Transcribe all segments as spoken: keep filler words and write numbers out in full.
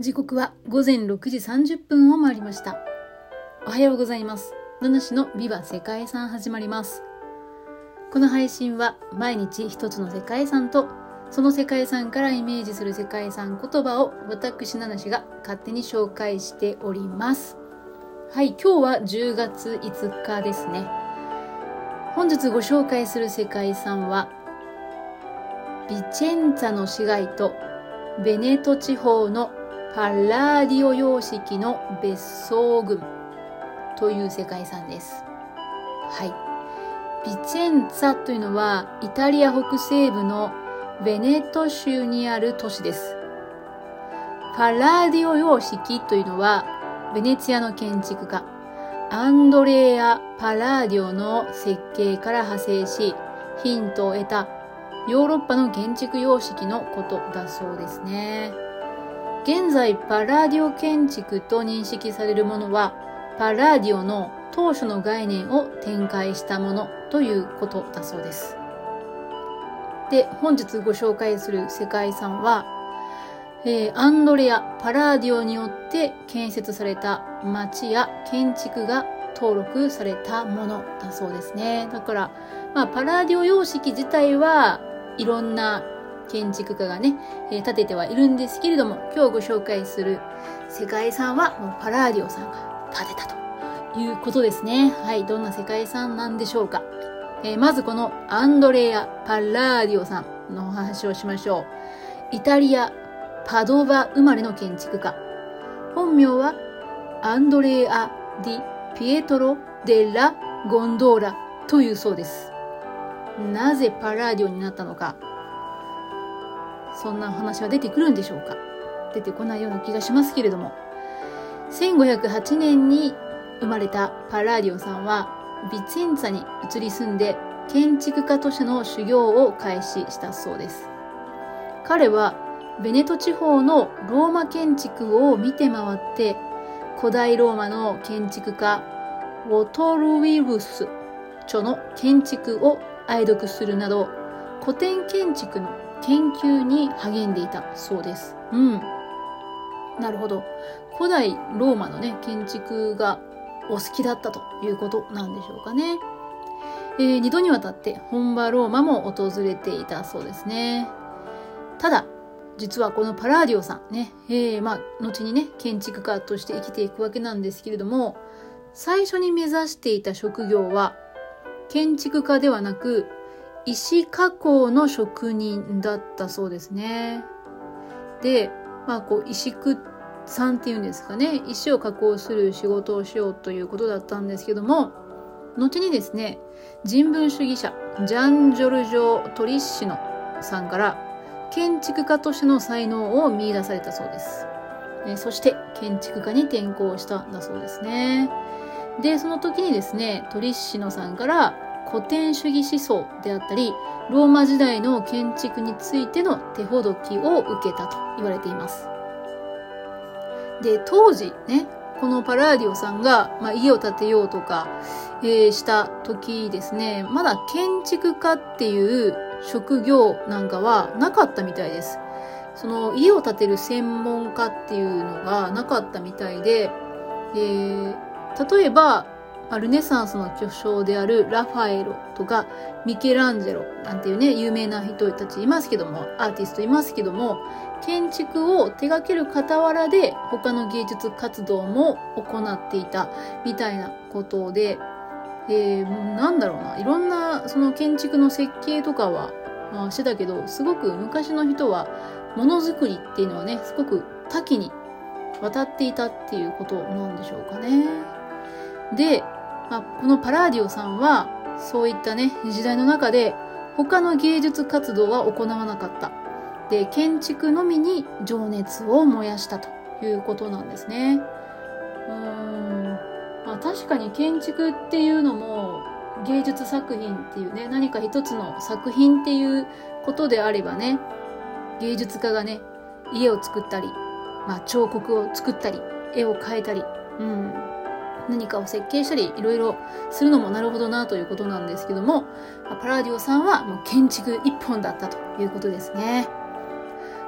時刻はごぜんろくじさんじゅっぷんを回りました。おはようございます。ナナシのビバ世界遺産始まります。この配信は毎日一つの世界遺産とその世界遺産からイメージする世界遺産言葉を私ナナシが勝手に紹介しております。はい、今日はじゅうがついつかですね。本日ご紹介する世界遺産はビチェンツァの市街とベネト地方のパラーディオ様式の別荘群という世界遺産です。はい。ビチェンツァというのはイタリア北西部のベネト州にある都市です。パラーディオ様式というのはベネツィアの建築家アンドレア・パラーディオの設計から派生しヒントを得たヨーロッパの建築様式のことだそうですね。現在パラーディオ建築と認識されるものはパラーディオの当初の概念を展開したものということだそうです。で、本日ご紹介する世界遺産は、えー、アンドレア・パラーディオによって建設された町や建築が登録されたものだそうですね。だから、まあ、パラーディオ様式自体はいろんな建築家がね、えー、建ててはいるんですけれども、今日ご紹介する世界遺産はもうパラーディオさんが建てたということですね。はい、どんな世界遺産なんでしょうか。えー、まずこのアンドレア・パラーディオさんのお話をしましょう。イタリア・パドバ生まれの建築家。本名はアンドレア・ディ・ピエトロ・デ・ラ・ゴンドーラというそうです。なぜパラーディオになったのか、そんな話は出てくるんでしょうか。出てこないような気がしますけれども、せんごひゃくはちねんに生まれたパラーディオさんはビチェンツァに移り住んで建築家としての修行を開始したそうです。彼はベネト地方のローマ建築を見て回って古代ローマの建築家ウォトルウィルス著の建築を愛読するなど古典建築の研究に励んでいたそうです。うん。なるほど。古代ローマのね、建築がお好きだったということなんでしょうかね。えー、二度にわたって本場ローマも訪れていたそうですね。ただ、実はこのパラーディオさんね、えー、まあ、後にね、建築家として生きていくわけなんですけれども、最初に目指していた職業は、建築家ではなく、石加工の職人だったそうですね。で、まあこう石工さんっていうんですかね、石を加工する仕事をしようということだったんですけども、後にですね、人文主義者ジャン・ジョルジョ・トリッシノさんから建築家としての才能を見出されたそうです。えそして建築家に転向したんだそうですね。で、その時にですね、トリッシノさんから古典主義思想であったり、ローマ時代の建築についての手ほどきを受けたと言われています。で、当時ね、このパラーディオさんが、まあ、家を建てようとか、えー、した時ですね、まだ建築家っていう職業なんかはなかったみたいです。その家を建てる専門家っていうのがなかったみたいで、えー、例えば、ルネサンスの巨匠であるラファエロとかミケランジェロなんていうね、有名な人たちいますけども、アーティストいますけども、建築を手掛ける傍らで他の芸術活動も行っていたみたいなことで、えー、なんだろうな、いろんなその建築の設計とかは、まあ、してたけど、すごく昔の人はものづくりっていうのはね、すごく多岐に渡っていたっていうことなんでしょうかね。で、まあ、このパラーディオさんはそういったね時代の中で他の芸術活動は行わなかった。で、建築のみに情熱を燃やしたということなんですね。うーん、まあ、確かに建築っていうのも芸術作品っていうね、何か一つの作品っていうことであればね、芸術家がね家を作ったり、まあ、彫刻を作ったり絵を描いたり、うん何かを設計したりいろいろするのもなるほどなということなんですけども、パラーディオさんはもう建築一本だったということですね。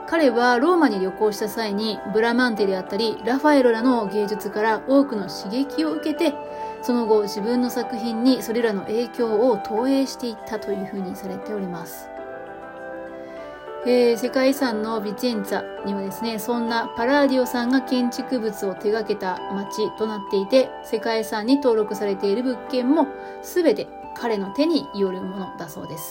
彼はローマに旅行した際にブラマンテであったりラファエロらの芸術から多くの刺激を受けて、その後自分の作品にそれらの影響を投影していったというふうにされております。えー、世界遺産のビチェンツァにはですね、そんなパラーディオさんが建築物を手掛けた町となっていて、世界遺産に登録されている物件も全て彼の手によるものだそうです。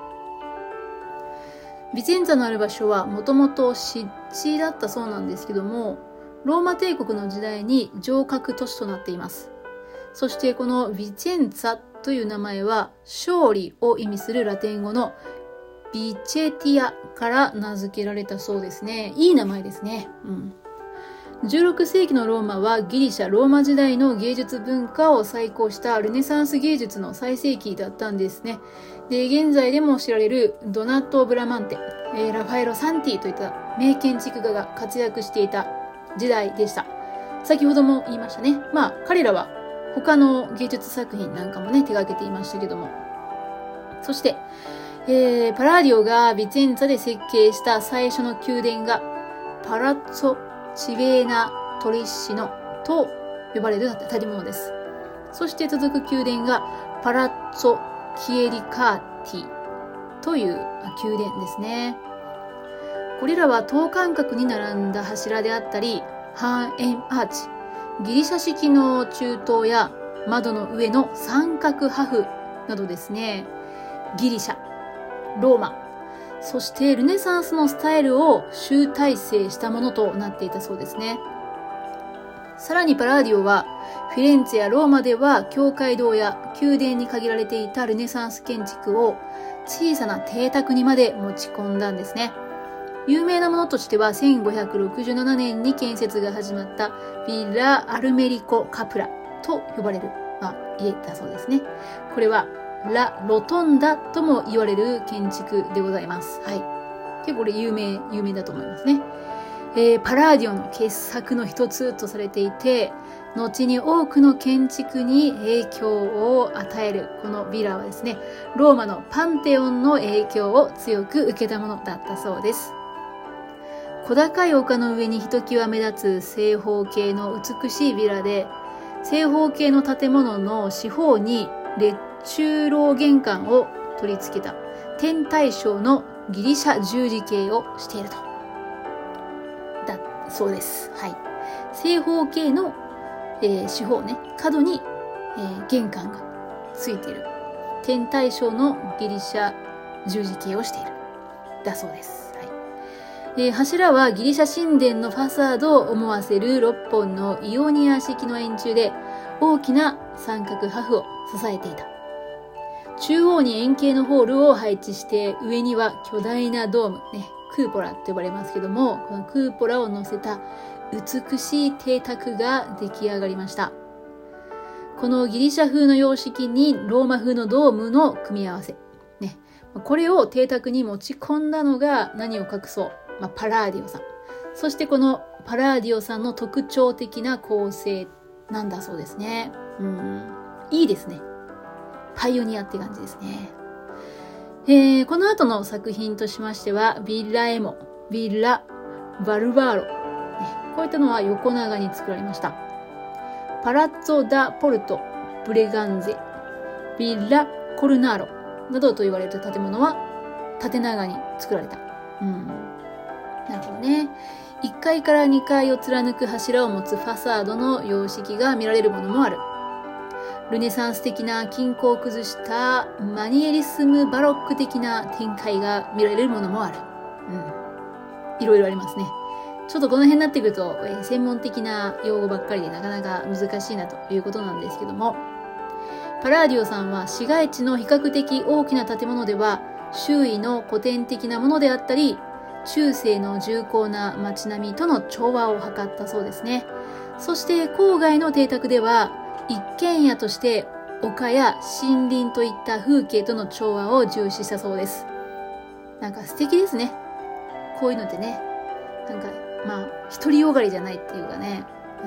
ビチェンツァのある場所はもともと湿地だったそうなんですけども、ローマ帝国の時代に城郭都市となっています。そしてこのビチェンツァという名前は勝利を意味するラテン語のビチェティアから名付けられたそうですね。いい名前ですね。うん。じゅうろくせいきのローマはギリシャ・ローマ時代の芸術文化を再興したルネサンス芸術の最盛期だったんですね。で、現在でも知られるドナット・ブラマンテ、えー、ラファエロ・サンティといった名建築家が活躍していた時代でした。先ほども言いましたね。まあ、彼らは他の芸術作品なんかもね、手掛けていましたけども。そして、えー、パラーディオがビチェンツァで設計した最初の宮殿がパラッツォ・チベーナ・トリッシノと呼ばれる建物です。そして続く宮殿がパラッツォ・キエリカーティという宮殿ですね。これらは等間隔に並んだ柱であったり、半円アーチ、ギリシャ式の中東や窓の上の三角破風などですね、ギリシャ、ローマ、そしてルネサンスのスタイルを集大成したものとなっていたそうですね。さらにパラーディオはフィレンツェやローマでは教会堂や宮殿に限られていたルネサンス建築を小さな邸宅にまで持ち込んだんですね。有名なものとしてはせんごひゃくろくじゅうななねんに建設が始まったヴィラ・アルメリコ・カプラと呼ばれる、まあ、家だそうですね。これはラ・ロトンダとも言われる建築でございます。はい。結構これ有名、有名だと思いますね。えー、パラーディオの傑作の一つとされていて、後に多くの建築に影響を与えるこのヴィラはですね、ローマのパンテオンの影響を強く受けたものだったそうです。小高い丘の上にひときわ目立つ正方形の美しいヴィラで、正方形の建物の四方に列中楼玄関を取り付けた天体小のギリシャ十字形をしていると。だそうです。はい。正方形の、えー、四方ね、角に、えー、玄関がついている天体小のギリシャ十字形をしている。だそうです。はい。えー、柱はギリシャ神殿のファサードを思わせるろっぽんのイオニア式の円柱で大きな三角破風を支えていた。中央に円形のホールを配置して上には巨大なドーム、ね、クーポラと呼ばれますけども、このクーポラを乗せた美しい邸宅が出来上がりました。このギリシャ風の様式にローマ風のドームの組み合わせ。ね、これを邸宅に持ち込んだのが何を隠そう、まあ、パラーディオさん。そしてこのパラーディオさんの特徴的な構成なんだそうですね。うん、いいですね。パイオニアって感じですね。えー、この後の作品としましては、ビッラエモ、ビッラ・バルバーロ、ね。こういったのは横長に作られました。パラッツォ・ダ・ポルト・ブレガンゼ、ビッラ・コルナーロなどと言われる建物は縦長に作られた。うん、なるほどね。いっかいからにかいを貫く柱を持つファサードの様式が見られるものもある。ルネサンス的な均衡を崩したマニエリスムバロック的な展開が見られるものもある。うん。いろいろありますね。ちょっとこの辺になってくると、えー、専門的な用語ばっかりでなかなか難しいなということなんですけども、パラーディオさんは市街地の比較的大きな建物では周囲の古典的なものであったり、中世の重厚な街並みとの調和を図ったそうですね。そして郊外の邸宅では一軒家として丘や森林といった風景との調和を重視したそうです。なんか素敵ですね。こういうのってね。なんか、まあ、独りよがりじゃないっていうかね。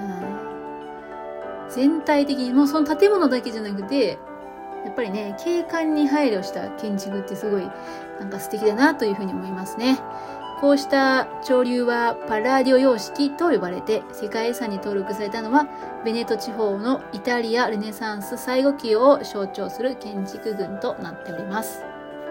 うん、全体的に、もうその建物だけじゃなくて、やっぱりね、景観に配慮した建築ってすごい、なんか素敵だなというふうに思いますね。 こうした潮流はパラディオ様式と呼ばれて、世界遺産に登録されたのはベネト地方のイタリア・ルネサンス最後期を象徴する建築群となっております。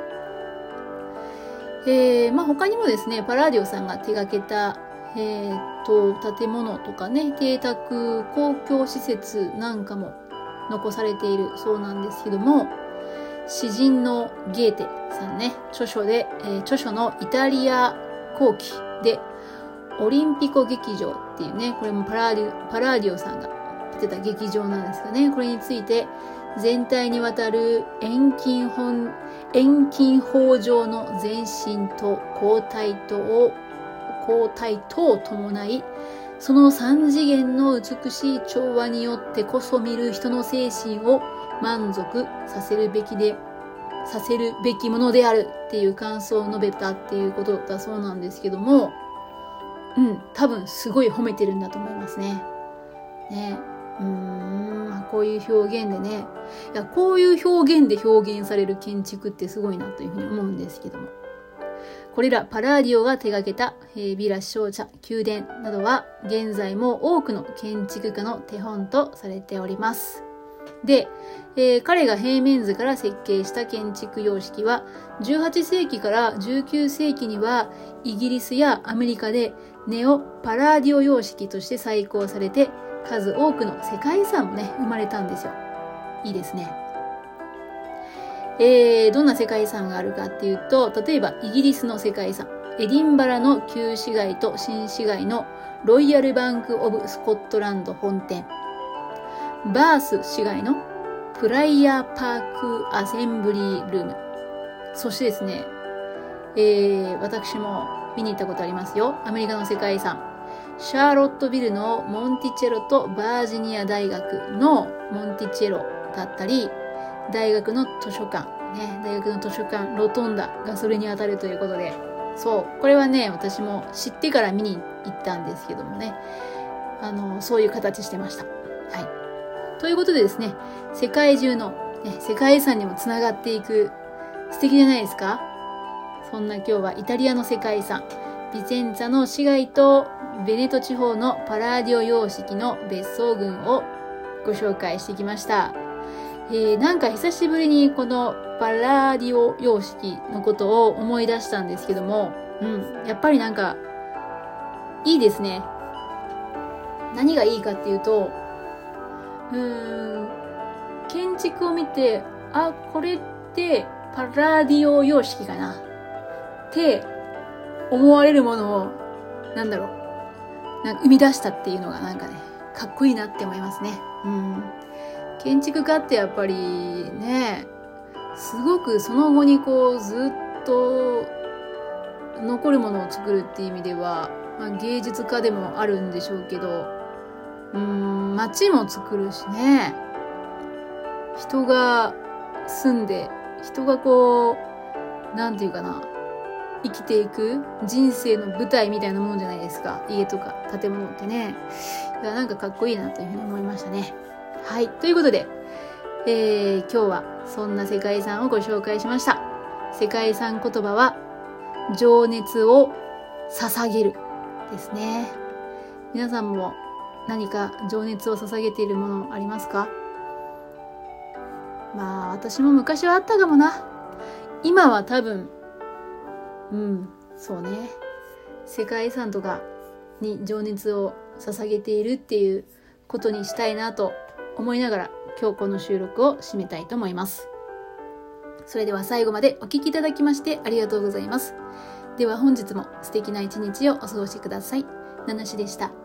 えーまあ、他にもですね、パラディオさんが手掛けた、えー、と建物とかね、邸宅、公共施設なんかも残されているそうなんですけども、詩人のゲーテさんね、著書で、えー、著書のイタリア後期でオリンピコ劇場っていうね、これもパラディオ、パラディオさんが建てた劇場なんですかね。これについて全体にわたる遠近本遠近法上の前進と後退とを後退とを伴い、その三次元の美しい調和によってこそ見る人の精神を満足させるべきでさせるべきものであるっていう感想を述べたっていうことだそうなんですけども、うん、多分すごい褒めてるんだと思いますね。ね、うーん、こういう表現でね、いや、こういう表現で表現される建築ってすごいなというふうに思うんですけども、これらパラディオが手掛けた、えー、ビラ商社、宮殿などは現在も多くの建築家の手本とされております。で、えー、彼が平面図から設計した建築様式はじゅうはちせいきからじゅうきゅうせいきにはイギリスやアメリカでネオパラディオ様式として再興されて、数多くの世界遺産もね生まれたんですよ。いいですね。えー、どんな世界遺産があるかっていうと、例えばイギリスの世界遺産、エディンバラの旧市街と新市街のロイヤルバンク・オブ・スコットランド本店、バース市街のプライヤーパークアセンブリールーム、そしてですね、えー、私も見に行ったことありますよ。アメリカの世界遺産、シャーロットビルのモンティチェロとバージニア大学のモンティチェロだったり、大学の図書館、ね、大学の図書館、ロトンダがそれに当たるということで、そう、これはね、私も知ってから見に行ったんですけどもね、あの、そういう形してました。はい。ということでですね、世界中の、ね、世界遺産にもつながっていく、素敵じゃないですか？そんな今日はイタリアの世界遺産、ビチェンツァの市街とベネト地方のパラディオ様式の別荘群をご紹介してきました。えー、なんか久しぶりにこのパラディオ様式のことを思い出したんですけども、うん、やっぱりなんかいいですね。何がいいかっていうと、うーん、建築を見て、あ、これってパラディオ様式かなって思われるものを、なんだろう、なんか生み出したっていうのがなんかね、かっこいいなって思いますね。うん。建築家ってやっぱりね、すごくその後にこうずっと残るものを作るっていう意味では、まあ、芸術家でもあるんでしょうけど、うーん、街も作るしね、人が住んで、人がこう、なんていうかな、生きていく人生の舞台みたいなもんじゃないですか。家とか建物ってね。いや、なんかかっこいいなというふうに思いましたね。はい。ということで、えー、今日はそんな世界遺産をご紹介しました。世界遺産言葉は、情熱を捧げるですね。皆さんも何か情熱を捧げているものありますか？まあ、私も昔はあったかもな。今は多分、うん、そうね。世界遺産とかに情熱を捧げているっていうことにしたいなと思いながら今日この収録を締めたいと思います。それでは最後までお聞きいただきましてありがとうございます。では本日も素敵な一日をお過ごしください。ナナシでした。